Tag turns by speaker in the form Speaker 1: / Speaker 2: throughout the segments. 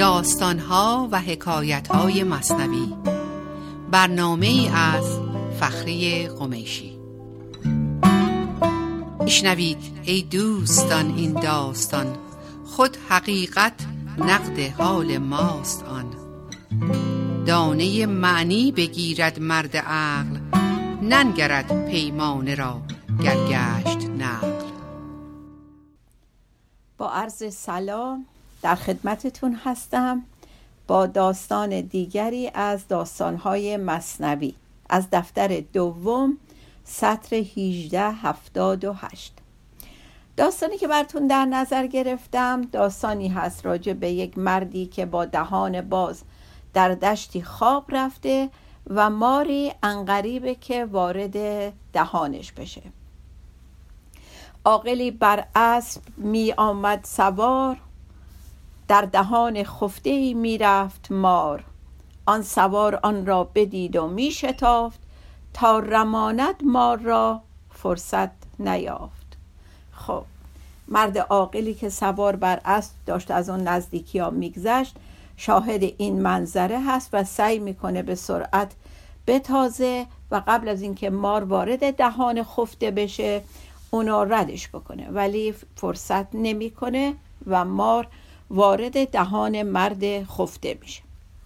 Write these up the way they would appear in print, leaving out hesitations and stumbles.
Speaker 1: داستان‌ها و حکایت‌های مثنوی، برنامه‌ای از فخری قمیشی. میشنوید ای دوستان این داستان، خود حقیقت نقد حال ماست آن. دانه معنی بگیرد مرد عقل، ننگرد پیمانه را گر گشت نقل.
Speaker 2: با عرض سلام در خدمتتون هستم با داستان دیگری از داستان‌های مثنوی از دفتر دوم سطر 1878. داستانی که براتون در نظر گرفتم داستانی هست راجع به یک مردی که با دهان باز در دشتی خواب رفته و ماری عنقریبه که وارد دهانش بشه. عاقلی بر اسب می آمد سوار، در دهان خفته‌ای می رفت مار. آن سوار آن را بدید و می شتافت، تا رماند مار را فرصت نیافت. خب مرد عاقلی که سوار بر اسب داشت از اون نزدیکی ها می گذشت شاهد این منظره هست و سعی میکنه به سرعت بتازه و قبل از اینکه مار وارد دهان خفته بشه اونو ردش بکنه، ولی فرصت نمیکنه و مار وارد دهان مرد خفته میشه.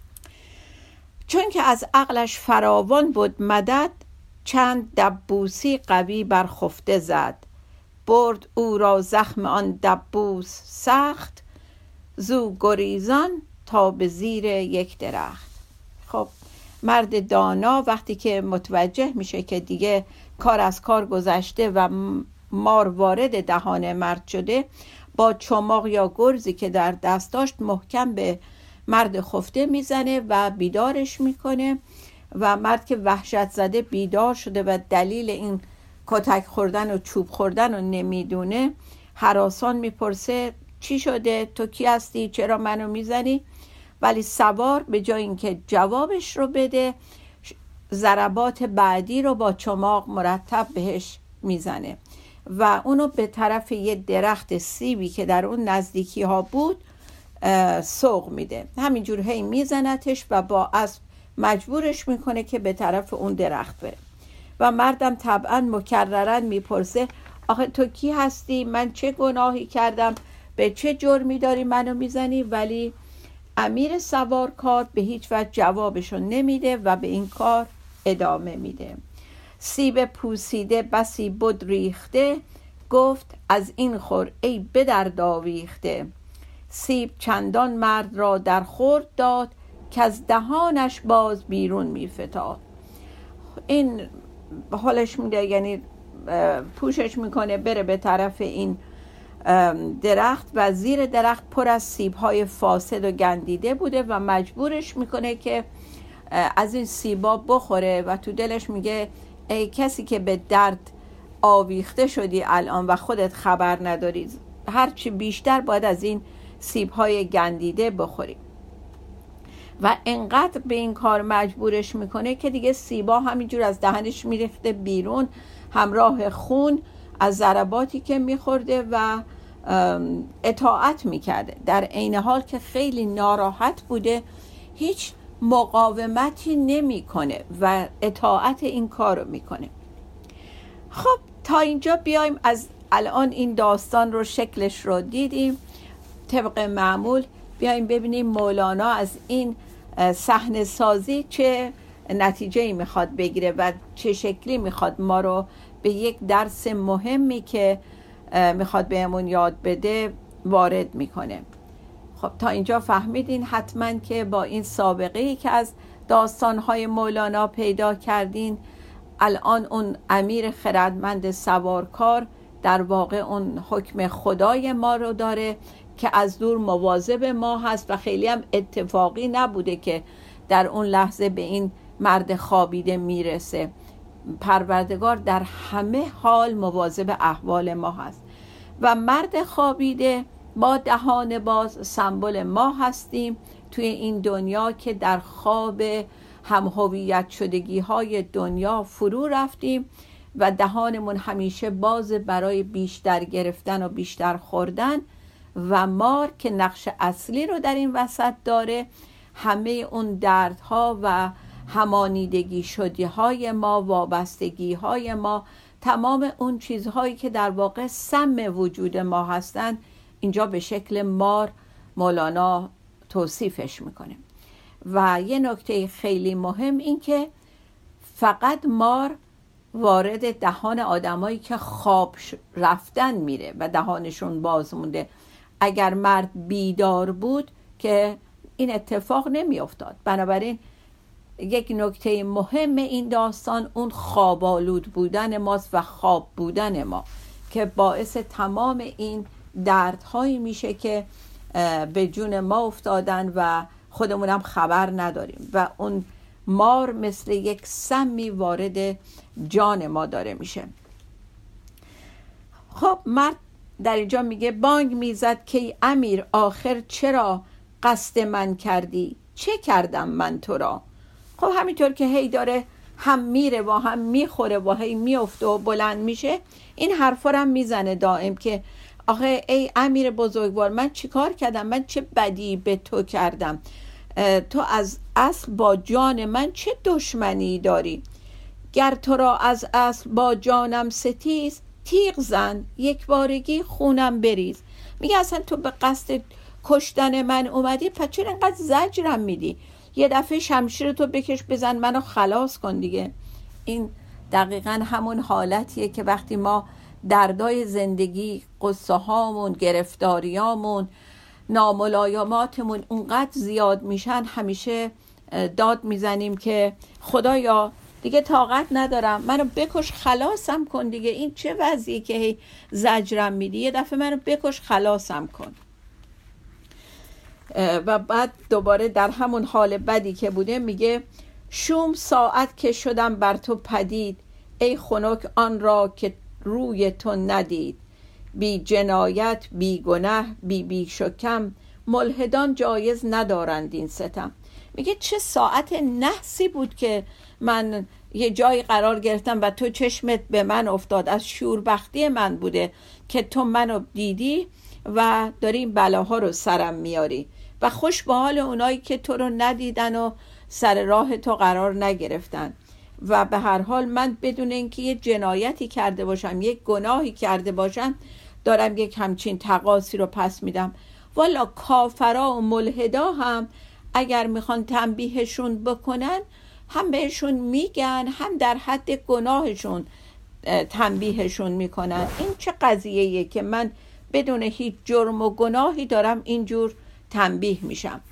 Speaker 2: چون که از عقلش فراوان بود مدد، چند دبوسی قوی بر خفته زد. برد او را زخم آن دبوس سخت، زو گریزان تا به زیر یک درخت. خب مرد دانا وقتی که متوجه میشه که دیگه کار از کار گذشته و مار وارد دهان مرد شده، با چماق یا گرزی که در دست داشت محکم به مرد خفته میزنه و بیدارش میکنه و مرد که وحشت زده بیدار شده و دلیل این کتک خوردن و چوب خوردن رو نمیدونه، هراسان میپرسه چی شده؟ تو کی هستی؟ چرا منو میزنی؟ ولی سوار به جای اینکه جوابش رو بده ضربات بعدی رو با چماق مرتب بهش میزنه و اونو به طرف یه درخت سیبی که در اون نزدیکی ها بود سوق میده. همینجور هی میزنتش و با اسب مجبورش میکنه که به طرف اون درخت بره و مردم طبعا مکررن میپرسه آخه تو کی هستی؟ من چه گناهی کردم؟ به چه جرمی داری منو میزنی؟ ولی امیر سوارکار به هیچ وجه جوابشو نمیده و به این کار ادامه میده. سیب پوسیده بسی بود ریخته، گفت از این خور ای به درد آویخته. سیب چندان مرد را در خورد داد، که از دهانش باز بیرون میفتاد. این حالش میده، یعنی پوشش میکنه بره به طرف این درخت و زیر درخت پر از سیب‌های فاسد و گندیده بوده و مجبورش میکنه که از این سیبا بخوره و تو دلش میگه ای کسی که به درد آویخته شدی الان و خودت خبر نداری، هرچی بیشتر باید از این سیب‌های گندیده بخوری. و انقدر به این کار مجبورش میکنه که دیگه سیبا همینجور از دهنش میریخته بیرون همراه خون از ضرباتی که میخورده و اطاعت میکرده، در عین حال که خیلی ناراحت بوده هیچ مقاومتی نمیکنه و اطاعت این کارو میکنه. خب تا اینجا بیایم از الان این داستان رو شکلش رو دیدیم. طبق معمول بیایم ببینیم مولانا از این صحنه سازی چه نتیجه‌ای میخواد بگیره و چه شکلی میخواد ما رو به یک درس مهمی که میخواد بهمون یاد بده وارد میکنه. خب تا اینجا فهمیدین حتما که با این سابقه‌ای که از داستان‌های مولانا پیدا کردین، الان اون امیر خردمند سوارکار در واقع اون حکم خدای ما رو داره که از دور مواظب ما هست و خیلی هم اتفاقی نبوده که در اون لحظه به این مرد خوابیده میرسه. پروردگار در همه حال مواظب احوال ما هست و مرد خوابیده ما دهان باز سمبل ما هستیم توی این دنیا که در خواب هم هویت شدگی های دنیا فرو رفتیم و دهانمون همیشه باز برای بیشتر گرفتن و بیشتر خوردن و مار که نقش اصلی رو در این وسط داره، همه اون دردها و همانیدگی شدی های ما، وابستگی های ما، تمام اون چیزهایی که در واقع سم وجود ما هستند، اینجا به شکل مار مولانا توصیفش میکنه. و یه نکته خیلی مهم این که فقط مار وارد دهان آدمایی که خواب رفتن میره و دهانشون باز مونده. اگر مرد بیدار بود که این اتفاق نمی افتاد. بنابراین یک نکته مهم این داستان اون خوابالود بودن ماست و خواب بودن ما که باعث تمام این دردهایی میشه که به جون ما افتادن و خودمونم خبر نداریم و اون مار مثل یک سمی وارد جان ما داره میشه. خب مرد در اینجا میگه بانگ میزد که امیر آخر چرا قصد من کردی؟ چه کردم من تو را؟ خب همینطور که هی داره هم میره و هم میخوره و هی میفته و بلند میشه، این حرفا رو هم میزنه دائم که آخه ای امیر بزرگوار، من چیکار کردم؟ من چه بدی به تو کردم؟ تو از اصل با جان من چه دشمنی داری؟ گر تو را از اصل با جانم ستیز، تیغ زن یک بارگی خونم بریز. میگه اصلا تو به قصد کشتن من اومدی، پس چرا اینقدر زجرم میدی؟ یه دفعه شمشیر تو بکش بزن منو خلاص کن دیگه. این دقیقا همون حالتیه که وقتی ما دردای زندگی، قصه هامون، گرفتاریامون، ناملایماتمون اونقدر زیاد میشن، همیشه داد میزنیم که خدایا دیگه طاقت ندارم، منو بکش خلاصم کن دیگه. این چه وضعی که هی زجرم میدی؟ یه دفعه منو بکش خلاصم کن. و بعد دوباره در همون حال بدی که بوده میگه شوم ساعت که شدم بر تو پدید، ای خنک آن را که روی تو ندید. بی جنایت، بی گناه، بی شکم، ملحدان جایز ندارند این ستم. میگه چه ساعت نحسی بود که من یه جایی قرار گرفتم و تو چشمت به من افتاد. از شوربختی من بوده که تو منو دیدی و داری این بلاها رو سرم میاری و خوش به حال اونایی که تو رو ندیدن و سر راه تو قرار نگرفتن. و به هر حال من بدون اینکه یه جنایتی کرده باشم، یک گناهی کرده باشم، دارم یک همچین تقاصی رو پس میدم. والا کافرا و ملحدا هم اگر میخوان تنبیهشون بکنن، هم بهشون میگن، هم در حد گناهشون تنبیهشون میکنن. این چه قضیه‌ایه که من بدون هیچ جرم و گناهی دارم اینجور تنبیه میشم؟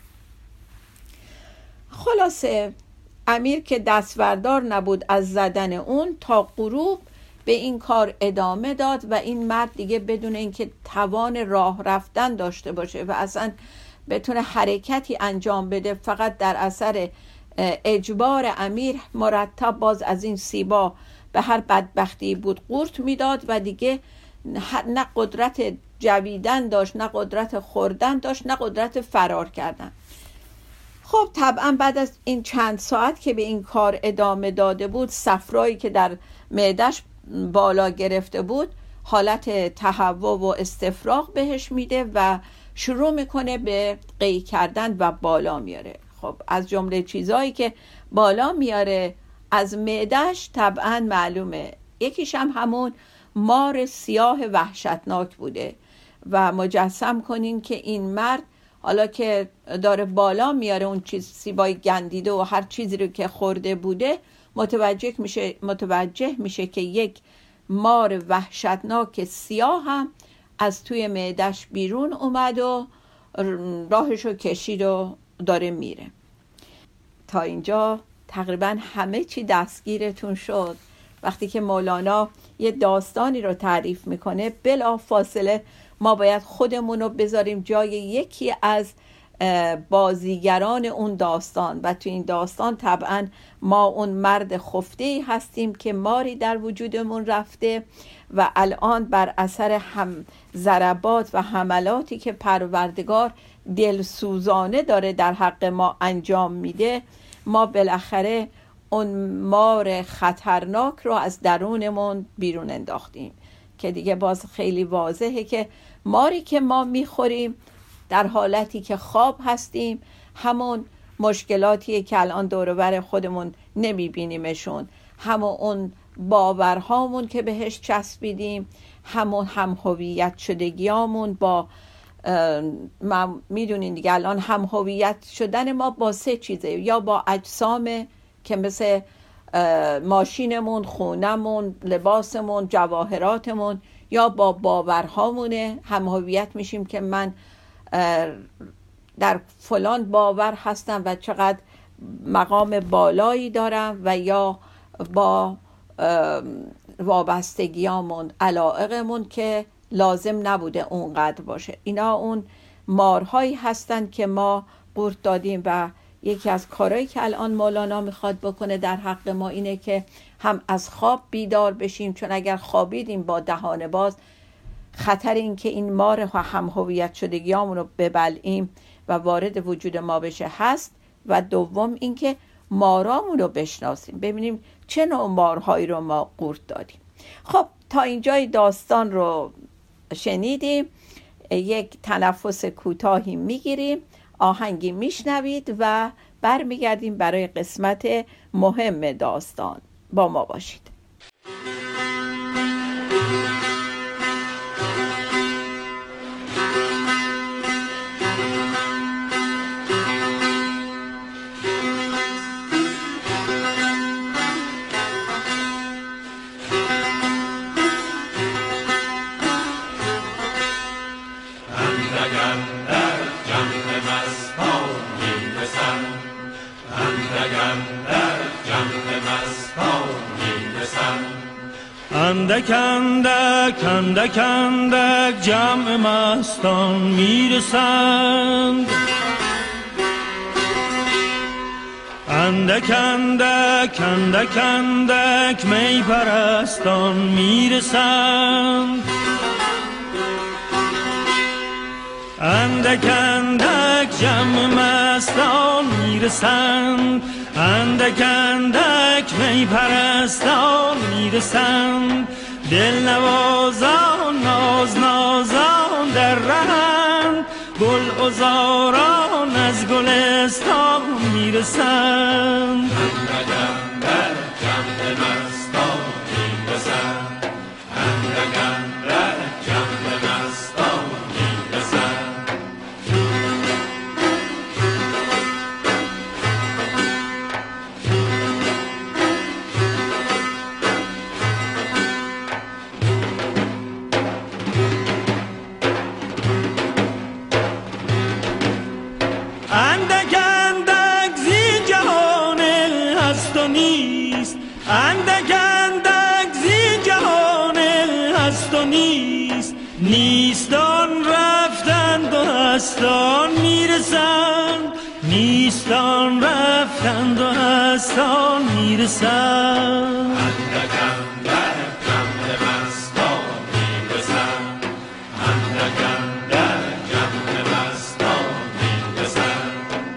Speaker 2: خلاصه امیر که دستوردار نبود از زدن اون، تا غروب به این کار ادامه داد و این مرد دیگه بدون اینکه توان راه رفتن داشته باشه و اصلا بتونه حرکتی انجام بده، فقط در اثر اجبار امیر مرتب باز از این سیبا به هر بدبختی بود قورت میداد و دیگه نه قدرت جویدن داشت، نه قدرت خوردن داشت، نه قدرت فرار کردن. خب طبعا بعد از این چند ساعت که به این کار ادامه داده بود، صفرایی که در معدش بالا گرفته بود حالت تهوع و استفراغ بهش میده و شروع میکنه به قی کردن و بالا میاره. خب از جمله چیزایی که بالا میاره از معدش طبعا معلومه یکیش هم همون مار سیاه وحشتناک بوده و مجسم کنین که این مرد حالا که داره بالا میاره اون چیز سیبای گندیده و هر چیزی رو که خورده بوده، متوجه میشه که یک مار وحشتناک سیاه هم از توی معدش بیرون اومد و راهشو کشید و داره میره. تا اینجا تقریبا همه چی دستگیرتون شد. وقتی که مولانا یه داستانی رو تعریف میکنه، بلا فاصله ما باید خودمون رو بذاریم جای یکی از بازیگران اون داستان و تو این داستان طبعا ما اون مرد خفته‌ای هستیم که ماری در وجودمون رفته و الان بر اثر هم ضربات و حملاتی که پروردگار دلسوزانه داره در حق ما انجام میده، ما بالاخره اون مار خطرناک رو از درونمون بیرون انداختیم که دیگه باز خیلی واضحه که ماری که ما میخوریم در حالتی که خواب هستیم همون مشکلاتیه که الان دور و بر خودمون نمیبینیمشون، همون اون باورهامون که بهش چسبیدیم، همون هم هویت شدگیامون با ما میدونین دیگه الان هم هویت شدن ما با 3 چیزه، یا با اجسام که مثل ماشینمون، خونمون، لباسمون، جواهراتمون، یا با باورهامونه هم هویت میشیم که من در فلان باور هستم و چقدر مقام بالایی دارم، و یا با وابستگیامون، علایقمون که لازم نبوده اونقدر باشه. اینا اون مارهایی هستن که ما قورت دادیم و یکی از کارهایی که الان مولانا میخواد بکنه در حق ما اینه که هم از خواب بیدار بشیم، چون اگر خوابیدیم با دهان باز خطر این که این مار هم هویت شدگیامون رو ببلعیم و وارد وجود ما بشه هست. و دوم این که مارامون رو بشناسیم، ببینیم چه نوع مارهایی رو ما قورت دادیم. خب تا اینجای داستان رو شنیدیم، یک تنفس کوتاهی میگیریم، آهنگی میشنوید و برمیگردیم برای قسمت مهم داستان. با ما باشید.
Speaker 3: اندک اندک اندک اندک جمع مستان میرسند، اندک اندک اندک اندک می پرستان میرسند، اندک اندک جمع مستان میرسند، اندک اندک می پرستان میرسند، دل نوازان ناز نازان در رهند، گل عذاران از گلستان میرسند،
Speaker 4: اندک اندک جمع مستان میرسند، اندک اندک جمع مستان میرسند.
Speaker 3: اندک اندک زین جهان هست و نیست، اندک اندک زین جهان هست و نیست، نیستان رفتند و هستان میرسند، نیستان رفتند و هستان میرسند،
Speaker 4: اندک اندک جمع مستان میرسند، اندک اندک جمع مستان میرسند.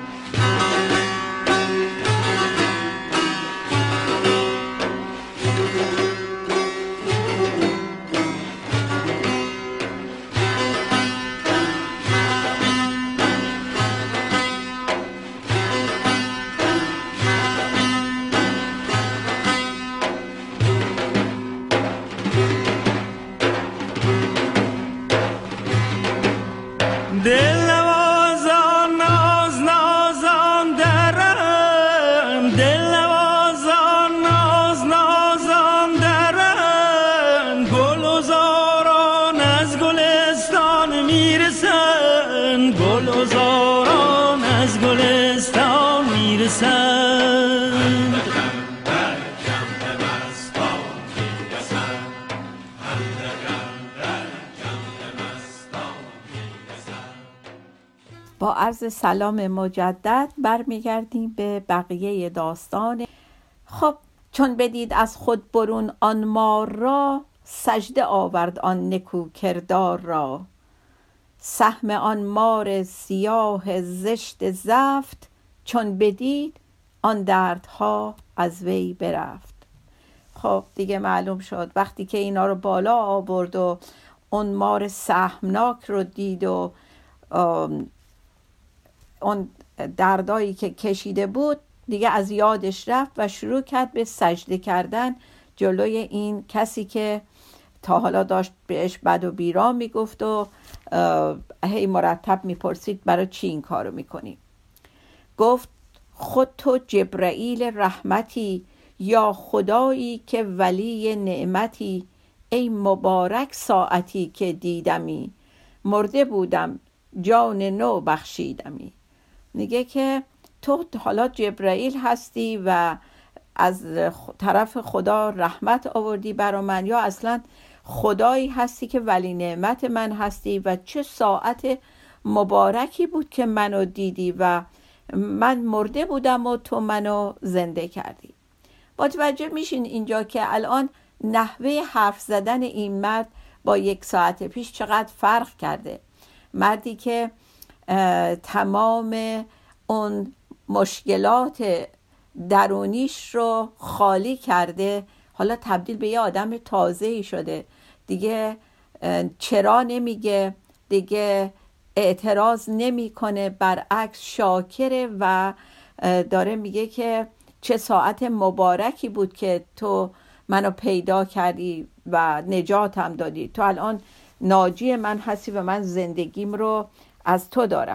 Speaker 3: دل نوازان ناز نازان درند، دل نوازان ناز نازان درند، گل عذاران از گلستان میرسند، گل عذاران از گلستان میرسند،
Speaker 2: با عرض سلام مجدد برمیگردیم به بقیه داستان. خب چون بدید از خود برون آن مار را، سجده آورد آن نکو کردار را، سهم آن مار سیاه زشت زفت، چون بدید آن دردها از وی برفت. خب دیگه معلوم شد وقتی که اینا رو بالا آورد و اون مار سهمناک رو دید و اون دردایی که کشیده بود دیگه از یادش رفت و شروع کرد به سجده کردن جلوی این کسی که تا حالا داشت بهش بد و بیرا میگفت و هی مرتب میپرسید برای چی این کارو میکنی. گفت خود تو جبرائیل رحمتی، یا خدایی که ولی نعمتی، ای مبارک ساعتی که دیدمی، مرده بودم جان نو بخشیدمی. میگه که تو حالا جبرائیل هستی و از طرف خدا رحمت آوردی برا من، یا اصلا خدایی هستی که ولی نعمت من هستی و چه ساعت مبارکی بود که منو دیدی و من مرده بودم و تو منو زنده کردی. متوجه میشین اینجا که الان نحوه حرف زدن این مرد با 1 ساعت پیش چقدر فرق کرده. مردی که تمام اون مشکلات درونیش رو خالی کرده، حالا تبدیل به یه آدم تازه‌ای شده. دیگه چرا نمیگه، دیگه اعتراض نمیکنه، برعکس شاکره و داره میگه که چه ساعت مبارکی بود که تو منو پیدا کردی و نجاتم دادی. تو الان ناجی من هستی و من زندگیم رو از تو دارم.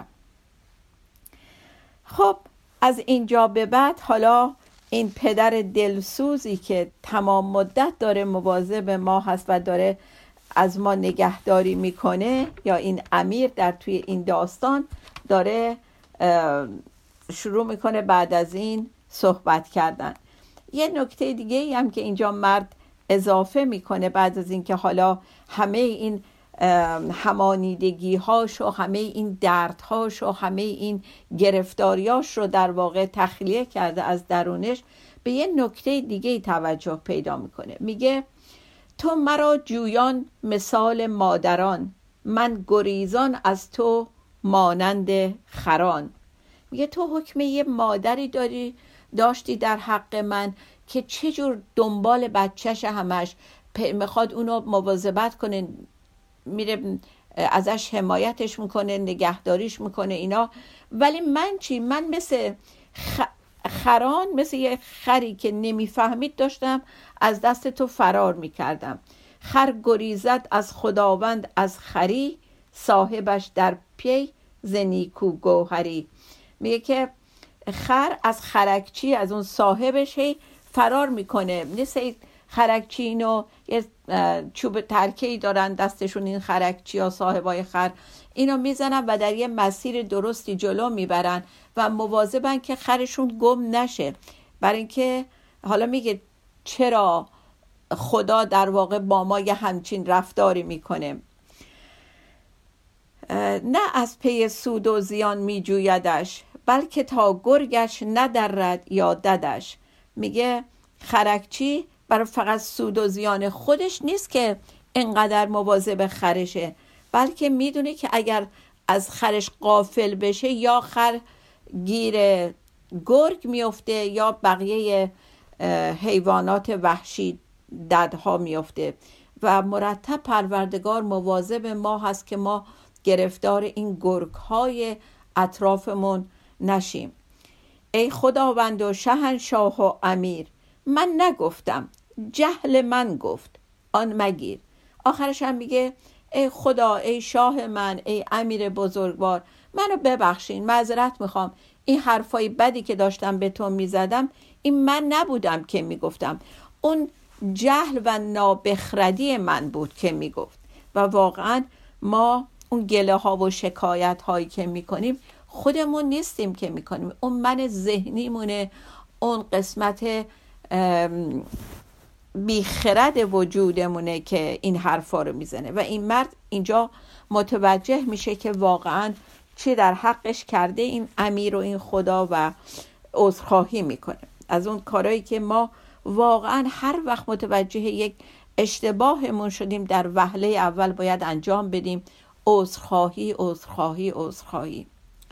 Speaker 2: خب از اینجا به بعد حالا این پدر دلسوزی که تمام مدت داره مواظب ما هست و داره از ما نگهداری میکنه، یا این امیر در توی این داستان داره شروع میکنه بعد از این صحبت کردن. یه نکته دیگه هم که اینجا مرد اضافه میکنه بعد از این که حالا همه این همانیدگی هاش و همه این دردهاش و همه این گرفتاریاش رو در واقع تخلیه کرده از درونش، به یه نکته دیگه توجه پیدا میکنه. میگه تو مرا جویان مثال مادران، من گریزان از تو مانند خران. میگه تو حکم یه مادری داشتی در حق من که چجور دنبال بچهش همش میخواد اونو مواظبت کنه، میره ازش حمایتش میکنه، نگهداریش میکنه اینا، ولی من چی؟ من مثل خران، مثل یه خری که نمیفهمید داشتم از دست تو فرار میکردم. خر گریزد از خداوند از خری، صاحبش در پی ز نیکو گوهری. میگه که خر از خرکچی، از اون صاحبش هی فرار میکنه. مثل خرکچی اینو یه چوب ترکه‌ای دارن دستشون، این خرکچی ها صاحبای خر اینو میزنن و در یه مسیر درستی جلو میبرن و مواظبن که خرشون گم نشه. برای اینکه حالا میگه چرا خدا در واقع با ما یه همچین رفتاری میکنه. نه از پی سود و زیان میجویدش، بلکه تا گرگش ندرد یا ددش. میگه خرکچی برای فقط سود و زیان خودش نیست که انقدر مواظب خرشه، بلکه میدونه که اگر از خرش غافل بشه یا خر گیر گرگ میفته یا بقیه حیوانات وحشی ددها میفته و مرتب پروردگار مواظب ما هست که ما گرفتار این گرگ های اطرافمون نشیم. ای خداوند و شهنشاه و امیر، من نگفتم جهل من گفت آن مگیر. آخرش هم میگه ای خدا، ای شاه من، ای امیر بزرگوار، منو ببخشین، معذرت میخوام، این حرفای بدی که داشتم به تو میزدم این من نبودم که میگفتم، اون جهل و نابخردی من بود که میگفت. و واقعا ما اون گله ها و شکایت هایی که میکنیم خودمون نیستیم که میکنیم، اون من ذهنیمونه، اون قسمت بیخرد وجودمونه که این حرفا رو میزنه. و این مرد اینجا متوجه میشه که واقعا چی در حقش کرده این امیر و این خدا و عذرخواهی میکنه از اون کارهایی که ما واقعا هر وقت متوجه یک اشتباهمون شدیم در وهله اول باید انجام بدیم عذرخواهی عذرخواهی عذرخواهی.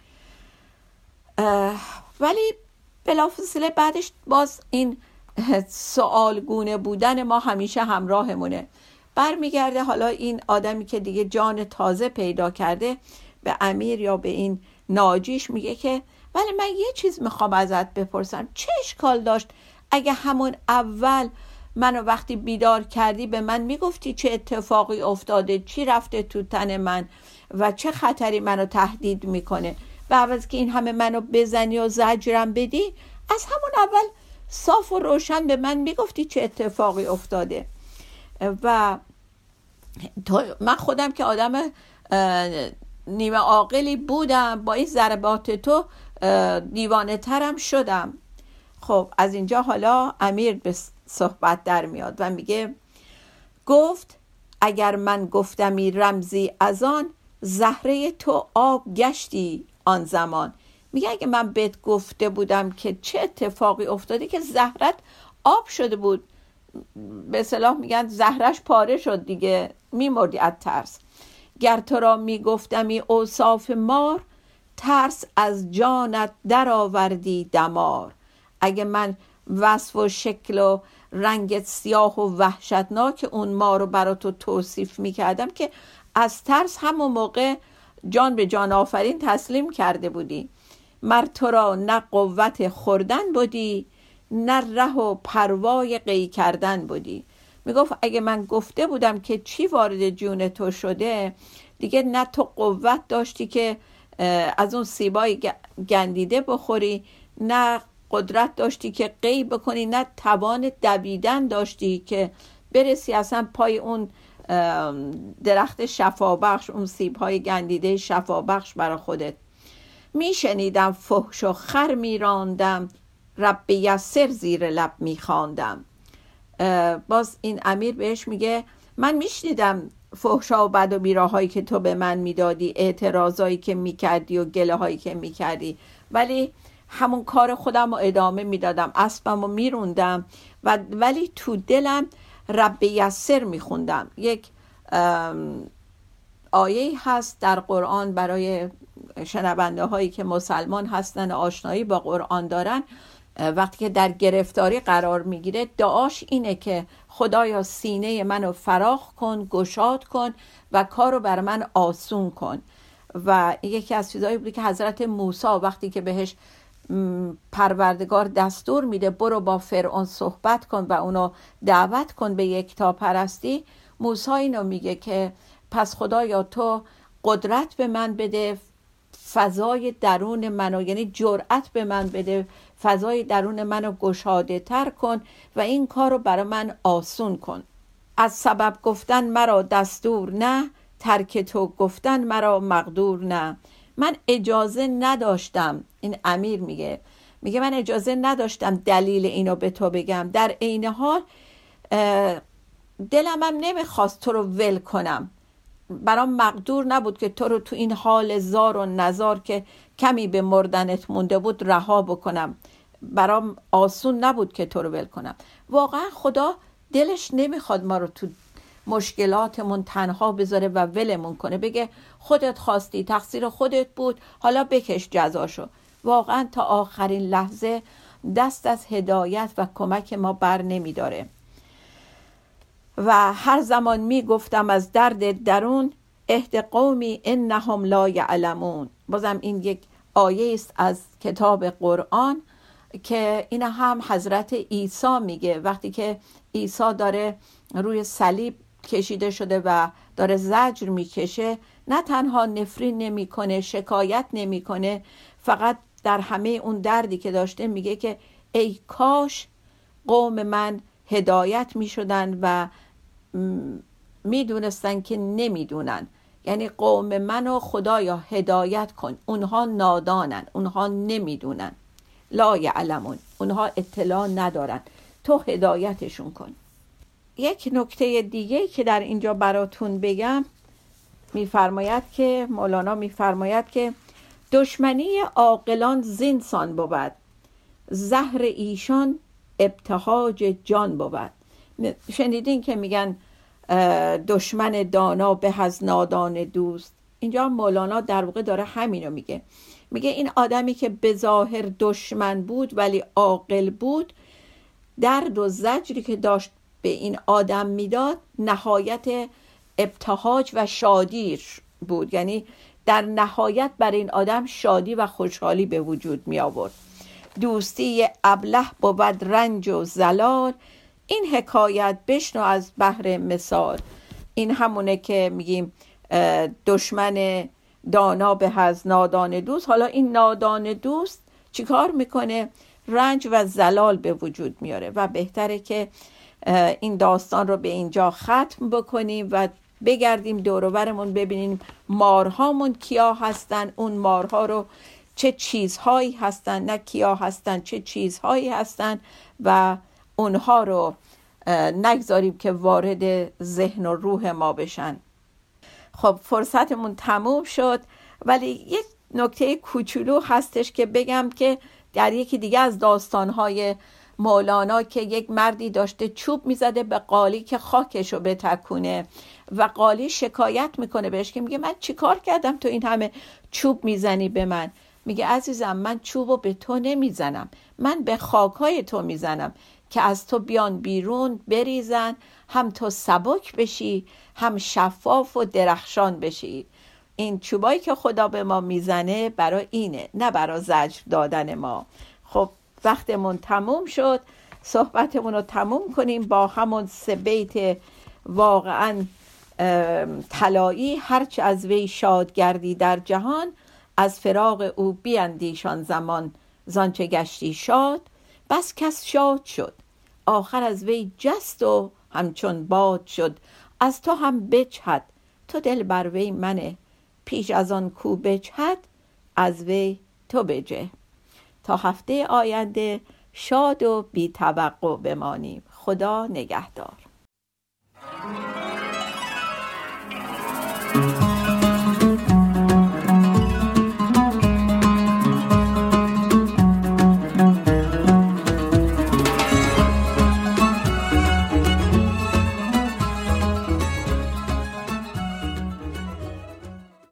Speaker 2: ولی بلافاصله بعدش باز این سوالگونه بودن ما همیشه همراهمونه. برمیگرده حالا این آدمی که دیگه جان تازه پیدا کرده به امیر یا به این ناجیش میگه که ولی من یه چیز میخوام ازت بپرسم، چه اشکال داشت اگه همون اول منو وقتی بیدار کردی به من میگفتی چه اتفاقی افتاده، چی رفته تو تن من و چه خطری منو تهدید میکنه، و عوض که این همه منو بزنی و زجرم بدی از همون اول صاف و روشن به من میگفتی چه اتفاقی افتاده. و من خودم که آدم نیمه عاقلی بودم، با این ضربات تو دیوانه ترم شدم. خب از اینجا حالا امیر به صحبت در میاد و میگه گفت اگر من گفتمی رمزی از آن، زهره تو آب گشتی آن زمان. میگه اگه من بهت گفته بودم که چه اتفاقی افتاده که زهرت آب شده بود، به اصطلاح میگن زهرش پاره شد دیگه، میمردی از ترس. گر تو را میگفتمی اوصاف مار، ترس از جانت در آوردی دمار. اگه من وصف و شکل و رنگت سیاه و وحشتناک اون مار رو برا تو توصیف میکردم که از ترس همون موقع جان به جان آفرین تسلیم کرده بودی. مر تو را نه قوت خوردن بودی، نه ره و پروای قی کردن بودی. میگفت اگه من گفته بودم که چی وارد جون تو شده، دیگه نه تو قوت داشتی که از اون سیبای گندیده بخوری، نه قدرت داشتی که قی بکنی، نه توان دویدن داشتی که برسی اصلا پای اون درخت شفابخش، اون سیبهای گندیده شفابخش برا خودت. میشنیدم فحش و خر میراندم، رب یسر زیر لب میخواندم. باز این امیر بهش میگه من میشنیدم فحشا و بد و بیراهایی که تو به من میدادی، اعتراضایی که میکردی و گله هایی که میکردی، ولی همون کار خودم رو ادامه میدادم، اسبم رو میروندم ولی تو دلم رب یسر میخوندم. یک آیه هست در قرآن برای شنونده هایی که مسلمان هستن و آشنایی با قرآن دارن، وقتی که در گرفتاری قرار میگیره دعاش اینه که خدایا سینه منو فراخ کن، گشاد کن و کارو بر من آسون کن. و یکی از چیزایی بود که حضرت موسی وقتی که بهش پروردگار دستور میده برو با فرعون صحبت کن و اونو دعوت کن به یکتاپرستی، موسی اینو میگه که پس خدایا تو قدرت به من بده، فضای درون منو، یعنی جرأت به من بده، فضای درون منو گشاده تر کن و این کارو برای من آسون کن. از سبب گفتن مرا دستور نه، ترک تو گفتن مرا مقدور نه. من اجازه نداشتم، این امیر میگه من اجازه نداشتم دلیل اینو به تو بگم، در عین حال دلم هم نمیخواست تو رو ول کنم، برام مقدور نبود که تو رو تو این حال زار و نزار که کمی به مردنت مونده بود رها بکنم، برام آسون نبود که تو رو ول کنم. واقعا خدا دلش نمیخواد ما رو تو مشکلاتمون تنها بذاره و ولمون کنه، بگه خودت خواستی، تقصیر خودت بود، حالا بکش جزاشو. واقعا تا آخرین لحظه دست از هدایت و کمک ما بر نمیداره. و هر زمان می گفتم از درد درون، اهد قومی انهم لا یعلمون. بازم این یک آیه است از کتاب قرآن که این هم حضرت عیسی میگه، وقتی که عیسی داره روی صلیب کشیده شده و داره زجر میکشه، نه تنها نفرین نمیکنه، شکایت نمیکنه، فقط در همه اون دردی که داشته میگه که ای کاش قوم من هدایت میشدن و میدونستن که نمیدونن، یعنی قوم منو خدایا هدایت کن، اونها نادانن، اونها نمیدونن، لا یعلمون، اونها اطلاع ندارن، تو هدایتشون کن. یک نکته دیگه که در اینجا براتون بگم، میفرماید که مولانا میفرماید که دشمنی عاقلان زینسان بود، زهر ایشان ابتهاج جان بود. شنیدین که میگن دشمن دانا به از نادان دوست. اینجا مولانا در واقع داره همینو میگه این آدمی که به ظاهر دشمن بود ولی عاقل بود، درد و زجری که داشت به این آدم میداد نهایت ابتهاج و شادی بود، یعنی در نهایت برای این آدم شادی و خوشحالی به وجود می آورد. دوستی ابله بود رنج و زلال، این حکایت بشنو از بحر مثال. این همونه که میگیم دشمن دانا به از نادان دوست. حالا این نادان دوست چیکار میکنه؟ رنج و زلال به وجود میاره و بهتره که این داستان رو به اینجا ختم بکنیم و بگردیم دور و برمون ببینیم مارهامون کیا هستن، اون مارها رو چه چیزهایی هستن، نه کیا هستن چه چیزهایی هستن و اونها رو نگذاریم که وارد ذهن و روح ما بشن. خب فرصتمون تموم شد، ولی یک نکته کوچولو هستش که بگم که در یکی دیگه از داستانهای مولانا که یک مردی داشته چوب میزده به قالی که خاکشو بتکونه و قالی شکایت میکنه بهش که میگه من چی کار کردم تو این همه چوب میزنی به من؟ میگه عزیزم من چوبو به تو نمیزنم، من به خاکای تو میزنم که از تو بیان بیرون بریزن، هم تو سبک بشی هم شفاف و درخشان بشی. این چوبایی که خدا به ما میزنه برای اینه، نه برای زجر دادن ما. خب وقتمون تموم شد، صحبتمون رو تموم کنیم با همون 3 بیت واقعا طلایی. هرچه از وی شاد گردی در جهان، از فراق او بیندیشان زمان، زانچه گشتی شاد بس کس شاد شد. آخر از وی جست و همچون باد شد، از تو هم بجهد تو دل بر وی منه، پیش از آن کو بجهد از وی تو بجه. تا هفته آینده شاد و بی توقع بمانیم. خدا نگهدار.